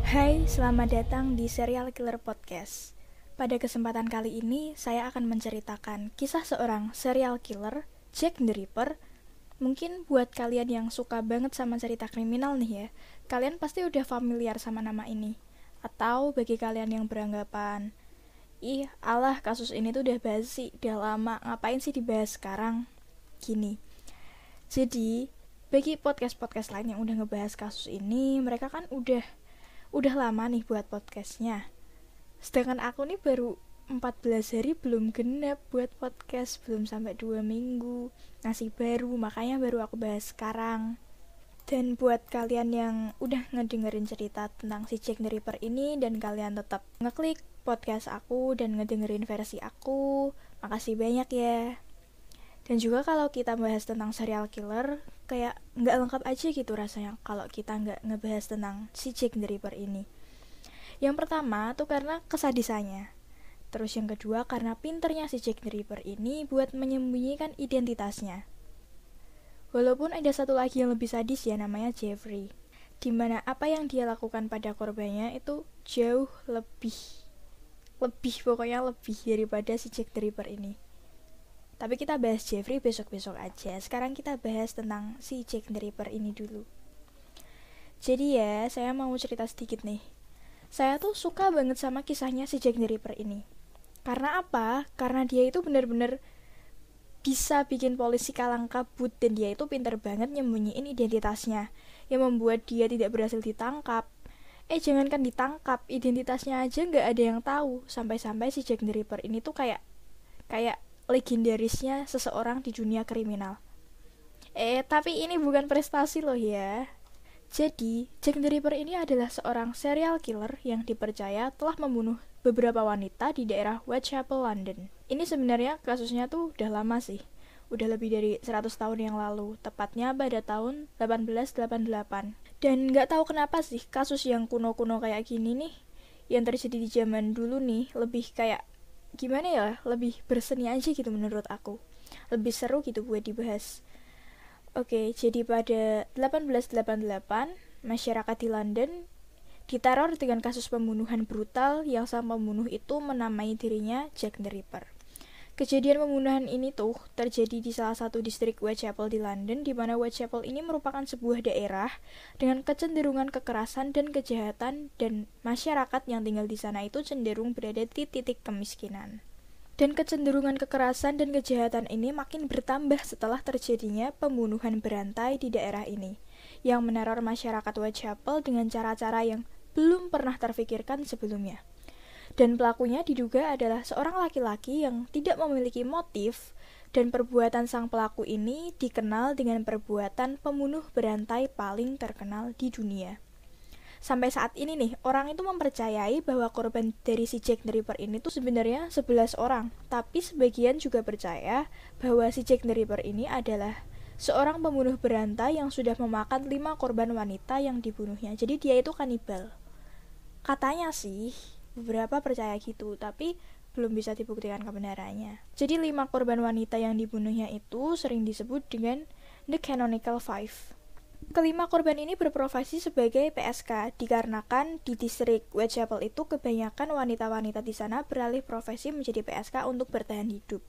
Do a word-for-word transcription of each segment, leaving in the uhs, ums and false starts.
Hai, selamat datang di Serial Killer Podcast. Pada kesempatan kali ini, saya akan menceritakan kisah seorang serial killer, Jack the Ripper. Mungkin buat kalian yang suka banget sama cerita kriminal nih ya, kalian pasti udah familiar sama nama ini. Atau bagi kalian yang beranggapan, ih, alah kasus ini tuh udah basi, udah lama, ngapain sih dibahas sekarang? Gini, jadi bagi podcast-podcast lain yang udah ngebahas kasus ini, mereka kan udah udah lama nih buat podcastnya. Sedangkan aku nih baru empat belas hari belum genap buat podcast, belum sampai dua minggu. Masih baru, makanya baru aku bahas sekarang. Dan buat kalian yang udah ngedengerin cerita tentang si Jack the Ripper ini dan kalian tetap ngeklik podcast aku dan ngedengerin versi aku, makasih banyak ya. Dan juga kalau kita bahas tentang serial killer, kayak nggak lengkap aja gitu rasanya kalau kita nggak ngebahas tentang si Jack the Ripper ini. Yang pertama tuh karena kesadisannya. Terus yang kedua karena pinternya si Jack the Ripper ini buat menyembunyikan identitasnya. Walaupun ada satu lagi yang lebih sadis ya, namanya Jeffrey. Dimana apa yang dia lakukan pada korbannya itu jauh lebih, lebih pokoknya lebih daripada si Jack the Ripper ini. Tapi kita bahas Jeffrey besok-besok aja. Sekarang kita bahas tentang si Jack the Ripper ini dulu. Jadi ya, saya mau cerita sedikit nih. Saya tuh suka banget sama kisahnya si Jack the Ripper ini. Karena apa? Karena dia itu benar-benar bisa bikin polisi kalang kabut. Dan dia itu pintar banget nyembunyiin identitasnya, yang membuat dia tidak berhasil ditangkap. Eh jangankan ditangkap, identitasnya aja gak ada yang tahu. Sampai-sampai si Jack the Ripper ini tuh kayak Kayak legendarisnya seseorang di dunia kriminal. Eh, tapi ini bukan prestasi loh ya. Jadi, Jack the Ripper ini adalah seorang serial killer yang dipercaya telah membunuh beberapa wanita di daerah Whitechapel, London. Ini sebenarnya kasusnya tuh udah lama sih. Udah lebih dari seratus tahun yang lalu, tepatnya pada tahun delapan belas delapan puluh delapan. Dan gak tahu kenapa sih kasus yang kuno-kuno kayak gini nih, yang terjadi di zaman dulu nih, lebih kayak gimana ya, lebih berseni aja gitu menurut aku, lebih seru gitu buat dibahas. Oke, jadi pada delapan belas delapan puluh delapan masyarakat di London diteror dengan kasus pembunuhan brutal yang sang pembunuh itu menamai dirinya Jack the Ripper. Kejadian pembunuhan ini tuh terjadi di salah satu distrik Whitechapel di London, di mana Whitechapel ini merupakan sebuah daerah dengan kecenderungan kekerasan dan kejahatan, dan masyarakat yang tinggal di sana itu cenderung berada di titik kemiskinan. Dan kecenderungan kekerasan dan kejahatan ini makin bertambah setelah terjadinya pembunuhan berantai di daerah ini, yang meneror masyarakat Whitechapel dengan cara-cara yang belum pernah terfikirkan sebelumnya. Dan pelakunya diduga adalah seorang laki-laki yang tidak memiliki motif, dan perbuatan sang pelaku ini dikenal dengan perbuatan pembunuh berantai paling terkenal di dunia. Sampai saat ini nih, orang itu mempercayai bahwa korban dari si Jack the Ripper ini tuh sebenarnya sebelas orang, tapi sebagian juga percaya bahwa si Jack the Ripper ini adalah seorang pembunuh berantai yang sudah memakan lima korban wanita yang dibunuhnya. Jadi dia itu kanibal. Katanya sih beberapa percaya gitu, tapi belum bisa dibuktikan kebenarannya. Jadi lima korban wanita yang dibunuhnya itu sering disebut dengan The Canonical Five. Kelima korban ini berprofesi sebagai P S K, dikarenakan di distrik Whitechapel itu kebanyakan wanita-wanita di sana beralih profesi menjadi P S K untuk bertahan hidup.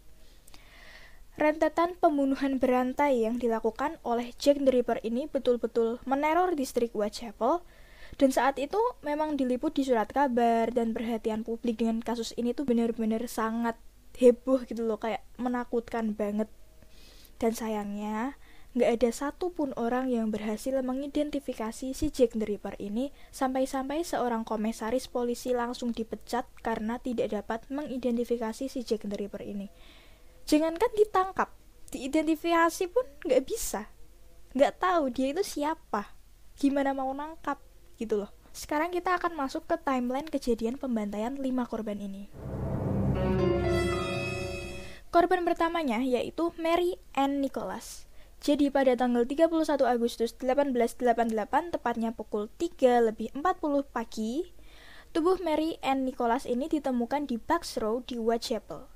Rentetan pembunuhan berantai yang dilakukan oleh Jack the Ripper ini betul-betul meneror distrik Whitechapel. Dan saat itu memang diliput di surat kabar, dan perhatian publik dengan kasus ini tuh benar-benar sangat heboh gitu loh, kayak menakutkan banget. Dan sayangnya gak ada satupun orang yang berhasil mengidentifikasi si Jack the Ripper ini, sampai-sampai seorang komisaris polisi langsung dipecat karena tidak dapat mengidentifikasi si Jack the Ripper ini. Jangankan ditangkap, diidentifikasi pun gak bisa. Gak tahu dia itu siapa, gimana mau nangkap gitu loh. Sekarang kita akan masuk ke timeline kejadian pembantaian lima korban ini. Korban pertamanya yaitu Mary Ann Nicholas. Jadi pada tanggal tiga puluh satu Agustus delapan belas delapan puluh delapan, tepatnya pukul tiga lebih empat puluh pagi, tubuh Mary Ann Nicholas ini ditemukan di Bucks Row di Whitechapel.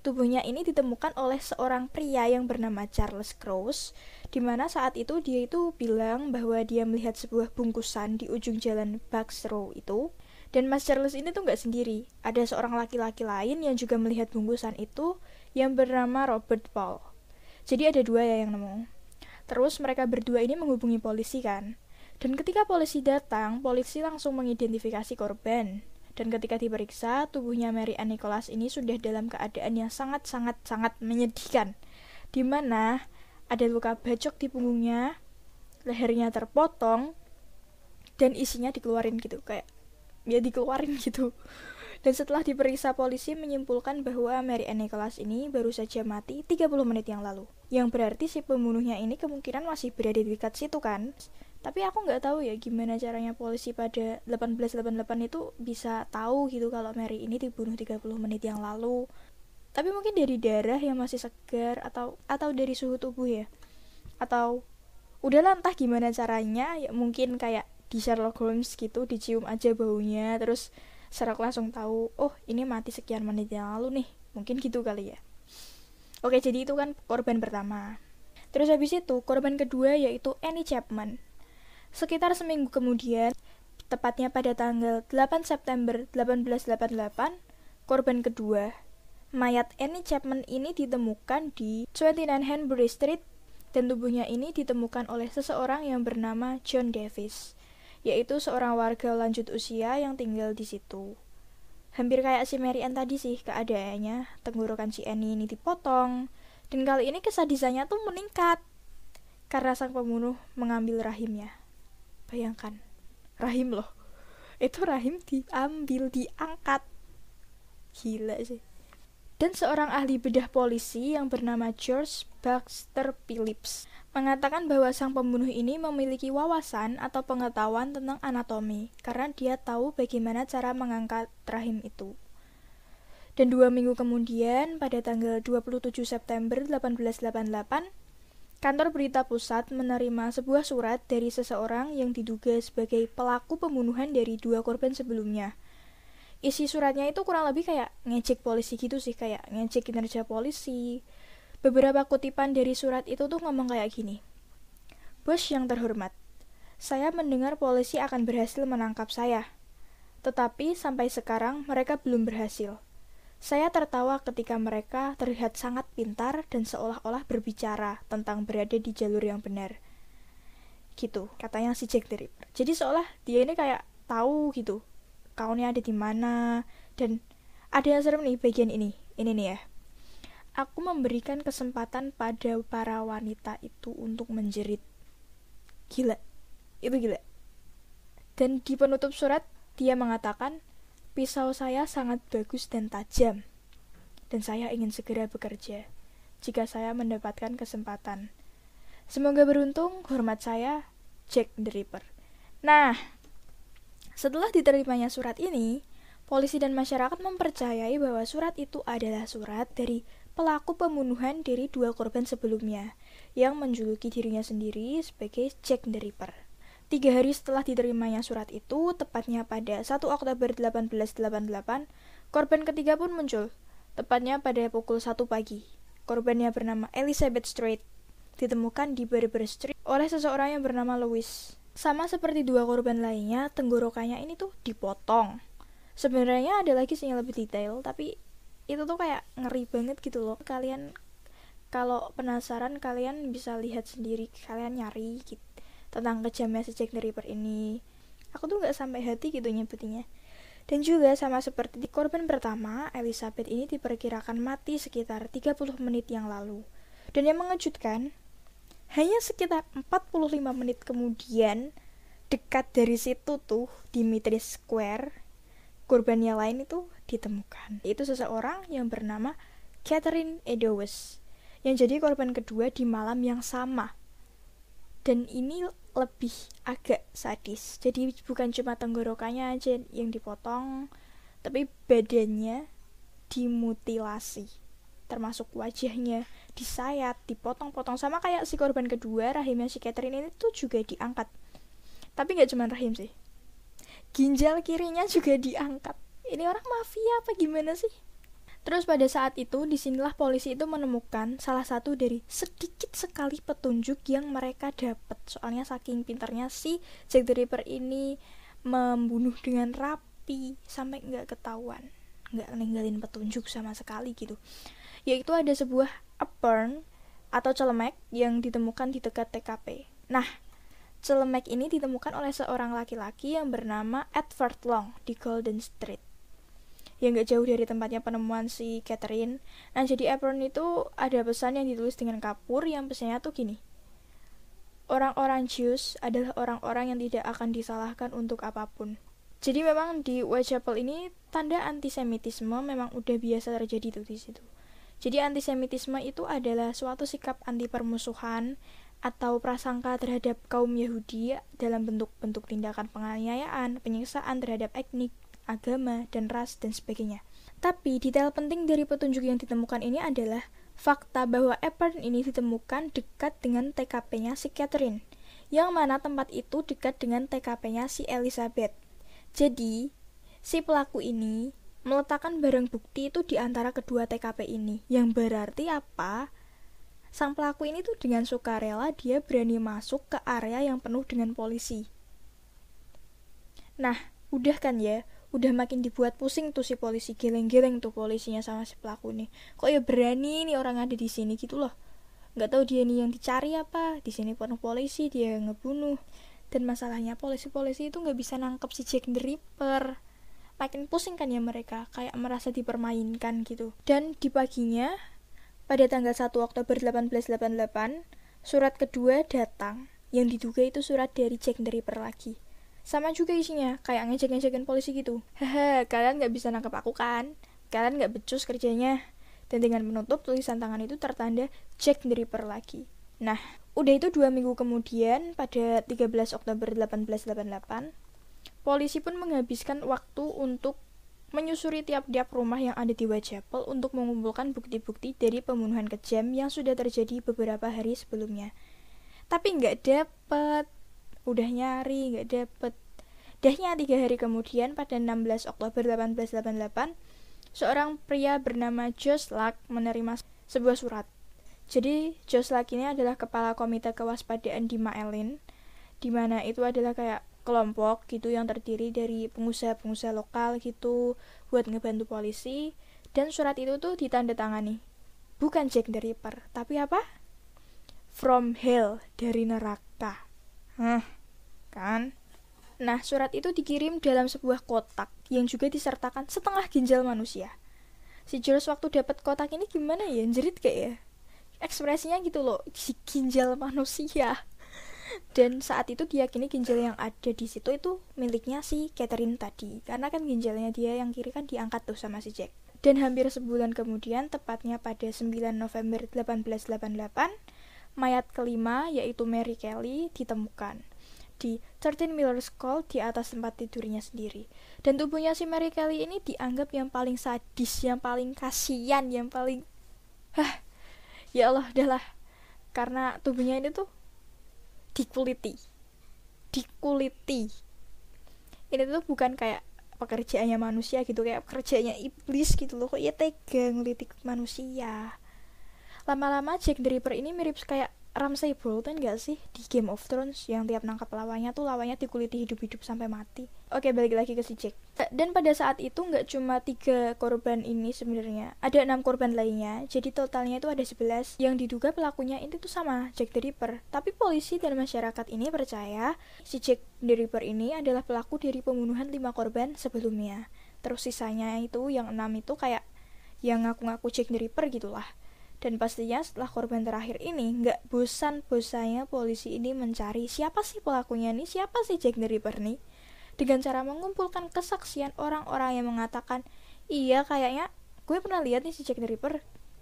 Tubuhnya ini ditemukan oleh seorang pria yang bernama Charles Krause, di mana saat itu dia itu bilang bahwa dia melihat sebuah bungkusan di ujung jalan Bucks Row itu. Dan Mas Charles ini tuh nggak sendiri, ada seorang laki-laki lain yang juga melihat bungkusan itu yang bernama Robert Paul. Jadi ada dua ya yang nemu. Terus mereka berdua ini menghubungi polisi kan. Dan ketika polisi datang, polisi langsung mengidentifikasi korban. Dan ketika diperiksa, tubuhnya Mary Ann Nicholas ini sudah dalam keadaan yang sangat-sangat-sangat menyedihkan. Di mana ada luka bacok di punggungnya, lehernya terpotong, dan isinya dikeluarin gitu, kayak ya dikeluarin gitu. Dan setelah diperiksa, polisi menyimpulkan bahwa Mary Ann Nicholas ini baru saja mati tiga puluh menit yang lalu. Yang berarti si pembunuhnya ini kemungkinan masih berada di dekat situ kan. Tapi aku nggak tahu ya gimana caranya polisi pada delapan belas delapan puluh delapan itu bisa tahu gitu kalau Mary ini dibunuh tiga puluh menit yang lalu. Tapi mungkin dari darah yang masih segar atau atau dari suhu tubuh ya. Atau udahlah entah gimana caranya, ya mungkin kayak di Sherlock Holmes gitu, dicium aja baunya terus Sherlock langsung tahu, oh ini mati sekian menit yang lalu nih. Mungkin gitu kali ya. Oke, jadi itu kan korban pertama. Terus habis itu korban kedua yaitu Annie Chapman. Sekitar seminggu kemudian, tepatnya pada tanggal delapan September delapan belas delapan puluh delapan, korban kedua, mayat Annie Chapman ini ditemukan di dua puluh sembilan Hanbury Street, dan tubuhnya ini ditemukan oleh seseorang yang bernama John Davis, yaitu seorang warga lanjut usia yang tinggal di situ. Hampir kayak si Mary Ann tadi sih keadaannya, tenggorokan si Annie ini dipotong, dan kali ini kesadisannya tuh meningkat, karena sang pembunuh mengambil rahimnya. Bayangkan, rahim loh. Itu rahim diambil, diangkat. Gila sih. Dan seorang ahli bedah polisi yang bernama George Baxter Phillips mengatakan bahwa sang pembunuh ini memiliki wawasan atau pengetahuan tentang anatomi karena dia tahu bagaimana cara mengangkat rahim itu. Dan dua minggu kemudian, pada tanggal dua puluh tujuh September delapan belas delapan puluh delapan, kantor berita pusat menerima sebuah surat dari seseorang yang diduga sebagai pelaku pembunuhan dari dua korban sebelumnya. Isi suratnya itu kurang lebih kayak ngecek polisi gitu sih, kayak ngecek kinerja polisi. Beberapa kutipan dari surat itu tuh ngomong kayak gini. Bos yang terhormat, saya mendengar polisi akan berhasil menangkap saya. Tetapi sampai sekarang mereka belum berhasil. Saya tertawa ketika mereka terlihat sangat pintar dan seolah-olah berbicara tentang berada di jalur yang benar. Gitu, katanya si Jack the Ripper. Jadi seolah dia ini kayak tahu gitu, kaunnya ada di mana. Dan ada yang serem nih bagian ini. Ini nih ya. Aku memberikan kesempatan pada para wanita itu untuk menjerit. Gila, itu gila. Dan di penutup surat, dia mengatakan, pisau saya sangat bagus dan tajam, dan saya ingin segera bekerja jika saya mendapatkan kesempatan. Semoga beruntung, hormat saya, Jack the Ripper. Nah, setelah diterimanya surat ini, polisi dan masyarakat mempercayai bahwa surat itu adalah surat dari pelaku pembunuhan dari dua korban sebelumnya, yang menjuluki dirinya sendiri sebagai Jack the Ripper. Tiga hari setelah diterimanya surat itu, tepatnya pada satu Oktober delapan belas delapan puluh delapan, korban ketiga pun muncul, tepatnya pada pukul satu pagi. Korbannya bernama Elizabeth Strait, ditemukan di Barber Street oleh seseorang yang bernama Louis. Sama seperti dua korban lainnya, tenggorokannya ini tuh dipotong. Sebenarnya ada lagi sih yang lebih detail, tapi itu tuh kayak ngeri banget gitu loh. Kalian kalau penasaran, kalian bisa lihat sendiri, kalian nyari gitu tentang kejamnya si Jack the Ripper ini. Aku tuh gak sampai hati gitu nyebutinnya. Dan juga sama seperti di korban pertama, Elizabeth ini diperkirakan mati sekitar tiga puluh menit yang lalu. Dan yang mengejutkan, hanya sekitar empat puluh lima menit kemudian, dekat dari situ tuh, di Mitre Square, korban yang lain itu ditemukan. Itu seseorang yang bernama Catherine Eddowes, yang jadi korban kedua di malam yang sama. Dan ini lebih agak sadis. Jadi bukan cuma tenggorokannya aja yang dipotong, tapi badannya dimutilasi. Termasuk wajahnya disayat, dipotong-potong. Sama kayak si korban kedua, rahimnya si Catherine ini tuh juga diangkat. Tapi gak cuma rahim sih, ginjal kirinya juga diangkat. Ini orang mafia apa gimana sih? Terus pada saat itu, disinilah polisi itu menemukan salah satu dari sedikit sekali petunjuk yang mereka dapat. Soalnya saking pintarnya si Jack the Ripper ini membunuh dengan rapi sampai nggak ketahuan, nggak ninggalin petunjuk sama sekali gitu. Yaitu ada sebuah apron atau celemek yang ditemukan di dekat T K P. Nah, celemek ini ditemukan oleh seorang laki-laki yang bernama Edward Long di Golden Street, yang gak jauh dari tempatnya penemuan si Catherine. Nah, jadi apron itu ada pesan yang ditulis dengan kapur, yang pesannya tuh gini: orang-orang Jews adalah orang-orang yang tidak akan disalahkan untuk apapun. Jadi memang di Whitechapel ini tanda antisemitisme memang udah biasa terjadi tuh di situ. Jadi antisemitisme itu adalah suatu sikap anti permusuhan atau prasangka terhadap kaum Yahudi dalam bentuk-bentuk tindakan penganiayaan, penyiksaan terhadap etnik, agama, dan ras, dan sebagainya. Tapi detail penting dari petunjuk yang ditemukan ini adalah fakta bahwa apron ini ditemukan dekat dengan T K P-nya si Catherine, yang mana tempat itu dekat dengan T K P-nya si Elizabeth. Jadi, si pelaku ini meletakkan barang bukti itu di antara kedua T K P ini, yang berarti apa? Sang pelaku ini tuh dengan sukarela dia berani masuk ke area yang penuh dengan polisi. Nah, udah kan ya, udah makin dibuat pusing tuh si polisi, geleng-geleng tuh polisinya sama si pelaku nih. Kok ya berani nih orang ada di sini gitu loh. Nggak tahu dia nih yang dicari apa. Di sini penuh polisi, dia ngebunuh. Dan masalahnya polisi-polisi itu nggak bisa nangkep si Jack the Ripper. Makin pusing kan ya mereka, kayak merasa dipermainkan gitu. Dan di paginya, pada tanggal satu Oktober delapan belas delapan puluh delapan, surat kedua datang, yang diduga itu surat dari Jack the Ripper lagi. Sama juga isinya, kayak ngejek-ngejekin polisi gitu. Haha, kalian gak bisa nangkep aku kan? Kalian gak becus kerjanya. Dan dengan menutup tulisan tangan itu tertanda Jack the Ripper lagi. Nah, udah itu dua minggu kemudian, pada tiga belas Oktober delapan belas delapan puluh delapan, polisi pun menghabiskan waktu untuk menyusuri tiap-tiap rumah yang ada di Whitechapel untuk mengumpulkan bukti-bukti dari pembunuhan kejam yang sudah terjadi beberapa hari sebelumnya. Tapi nggak dapet, udah nyari nggak dapet. Dahnya tiga hari kemudian, pada enam belas Oktober delapan belas delapan puluh delapan, seorang pria bernama Josh Luck menerima sebuah surat. Jadi Josh Luck ini adalah kepala komite kewaspadaan di Maelin, di mana itu adalah kayak kelompok gitu yang terdiri dari pengusaha-pengusaha lokal gitu buat ngebantu polisi. Dan surat itu tuh ditandatangani bukan Jack the Ripper, tapi apa? From Hell, dari neraka. Hah, kan? Nah, surat itu dikirim dalam sebuah kotak yang juga disertakan setengah ginjal manusia. Si Jules waktu dapat kotak ini gimana ya? Jerit kayak ya. Ekspresinya gitu loh, si ginjal manusia. Dan saat itu diyakini ginjal yang ada di situ itu miliknya si Catherine tadi, karena kan ginjalnya dia yang kiri kan diangkat tuh sama si Jack. Dan hampir sebulan kemudian, tepatnya pada sembilan November delapan belas delapan puluh delapan, mayat kelima yaitu Mary Kelly ditemukan di thirteen Miller's Call di atas tempat tidurnya sendiri. Dan tubuhnya si Mary Kelly ini dianggap yang paling sadis, yang paling kasihan, yang paling hah, ya Allah, udahlah. Karena tubuhnya ini tuh dikuliti dikuliti ini tuh bukan kayak pekerjaannya manusia gitu, kayak pekerjaannya iblis gitu loh. Kok ya tega ngelitik manusia. Lama-lama Jack the Ripper ini mirip kayak Ramsay Bolton gak sih di Game of Thrones, yang tiap nangkap lawannya tuh lawannya dikuliti hidup-hidup sampai mati. Oke, balik lagi ke si Jack. Dan pada saat itu nggak cuma tiga korban ini sebenarnya, ada enam korban lainnya. Jadi totalnya itu ada sebelas yang diduga pelakunya itu tuh sama Jack the Ripper. Tapi polisi dan masyarakat ini percaya si Jack the Ripper ini adalah pelaku dari pembunuhan lima korban sebelumnya. Terus sisanya itu yang enam itu kayak yang ngaku-ngaku Jack the Ripper gitulah. Dan pastinya setelah korban terakhir ini, gak bosan-bosannya polisi ini mencari siapa sih pelakunya nih, siapa sih Jack the Ripper nih, dengan cara mengumpulkan kesaksian orang-orang yang mengatakan, iya kayaknya gue pernah lihat nih si Jack the Ripper.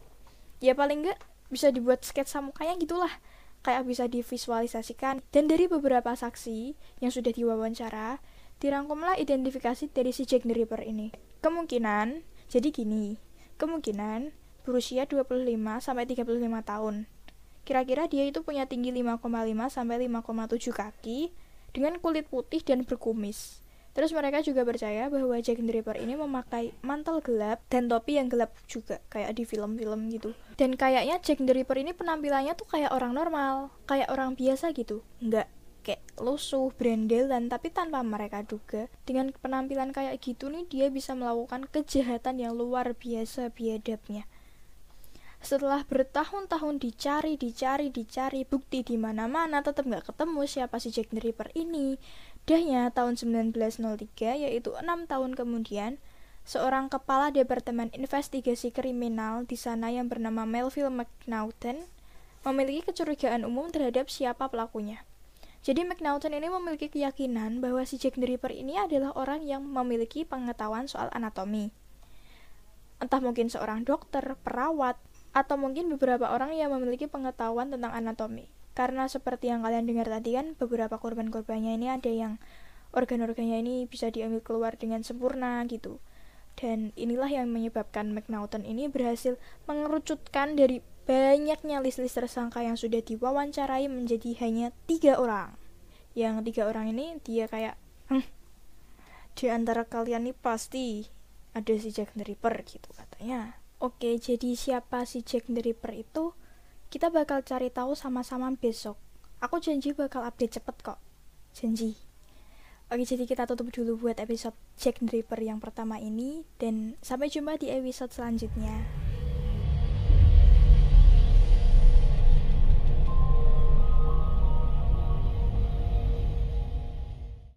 Ya paling gak bisa dibuat sketsa mukanya gitulah, kayak bisa divisualisasikan. Dan dari beberapa saksi yang sudah diwawancara, dirangkumlah identifikasi dari si Jack the Ripper ini. Kemungkinan, jadi gini, kemungkinan berusia dua puluh lima sampai tiga puluh lima tahun. Kira-kira dia itu punya tinggi lima koma lima sampai lima koma tujuh kaki, dengan kulit putih dan berkumis. Terus mereka juga percaya bahwa Jack the Ripper ini memakai mantel gelap dan topi yang gelap juga, kayak di film-film gitu. Dan kayaknya Jack the Ripper ini penampilannya tuh kayak orang normal, kayak orang biasa gitu. Enggak kayak lusuh, brandelan, tapi tanpa mereka duga, dengan penampilan kayak gitu nih dia bisa melakukan kejahatan yang luar biasa biadabnya. Setelah bertahun-tahun dicari, dicari, dicari, bukti di mana-mana, tetap nggak ketemu siapa si Jack the Ripper ini. Dahnya tahun sembilan belas nol tiga, yaitu enam tahun kemudian, seorang kepala Departemen Investigasi Kriminal di sana yang bernama Melville McNaughton memiliki kecurigaan umum terhadap siapa pelakunya. Jadi McNaughton ini memiliki keyakinan bahwa si Jack the Ripper ini adalah orang yang memiliki pengetahuan soal anatomi. Entah mungkin seorang dokter, perawat, atau mungkin beberapa orang yang memiliki pengetahuan tentang anatomi. Karena seperti yang kalian dengar tadi kan, beberapa korban-korbannya ini ada yang organ-organnya ini bisa diambil keluar dengan sempurna gitu. Dan inilah yang menyebabkan McNaughton ini berhasil mengerucutkan dari banyaknya list-list tersangka yang sudah diwawancarai menjadi hanya tiga orang. Yang tiga orang ini dia kayak, hm, di antara kalian nih pasti ada si Jack the Ripper gitu katanya. Oke, jadi siapa si Jack the Ripper itu? Kita bakal cari tahu sama-sama besok. Aku janji bakal update cepet kok. Janji. Oke, jadi kita tutup dulu buat episode Jack the Ripper yang pertama ini. Dan sampai jumpa di episode selanjutnya.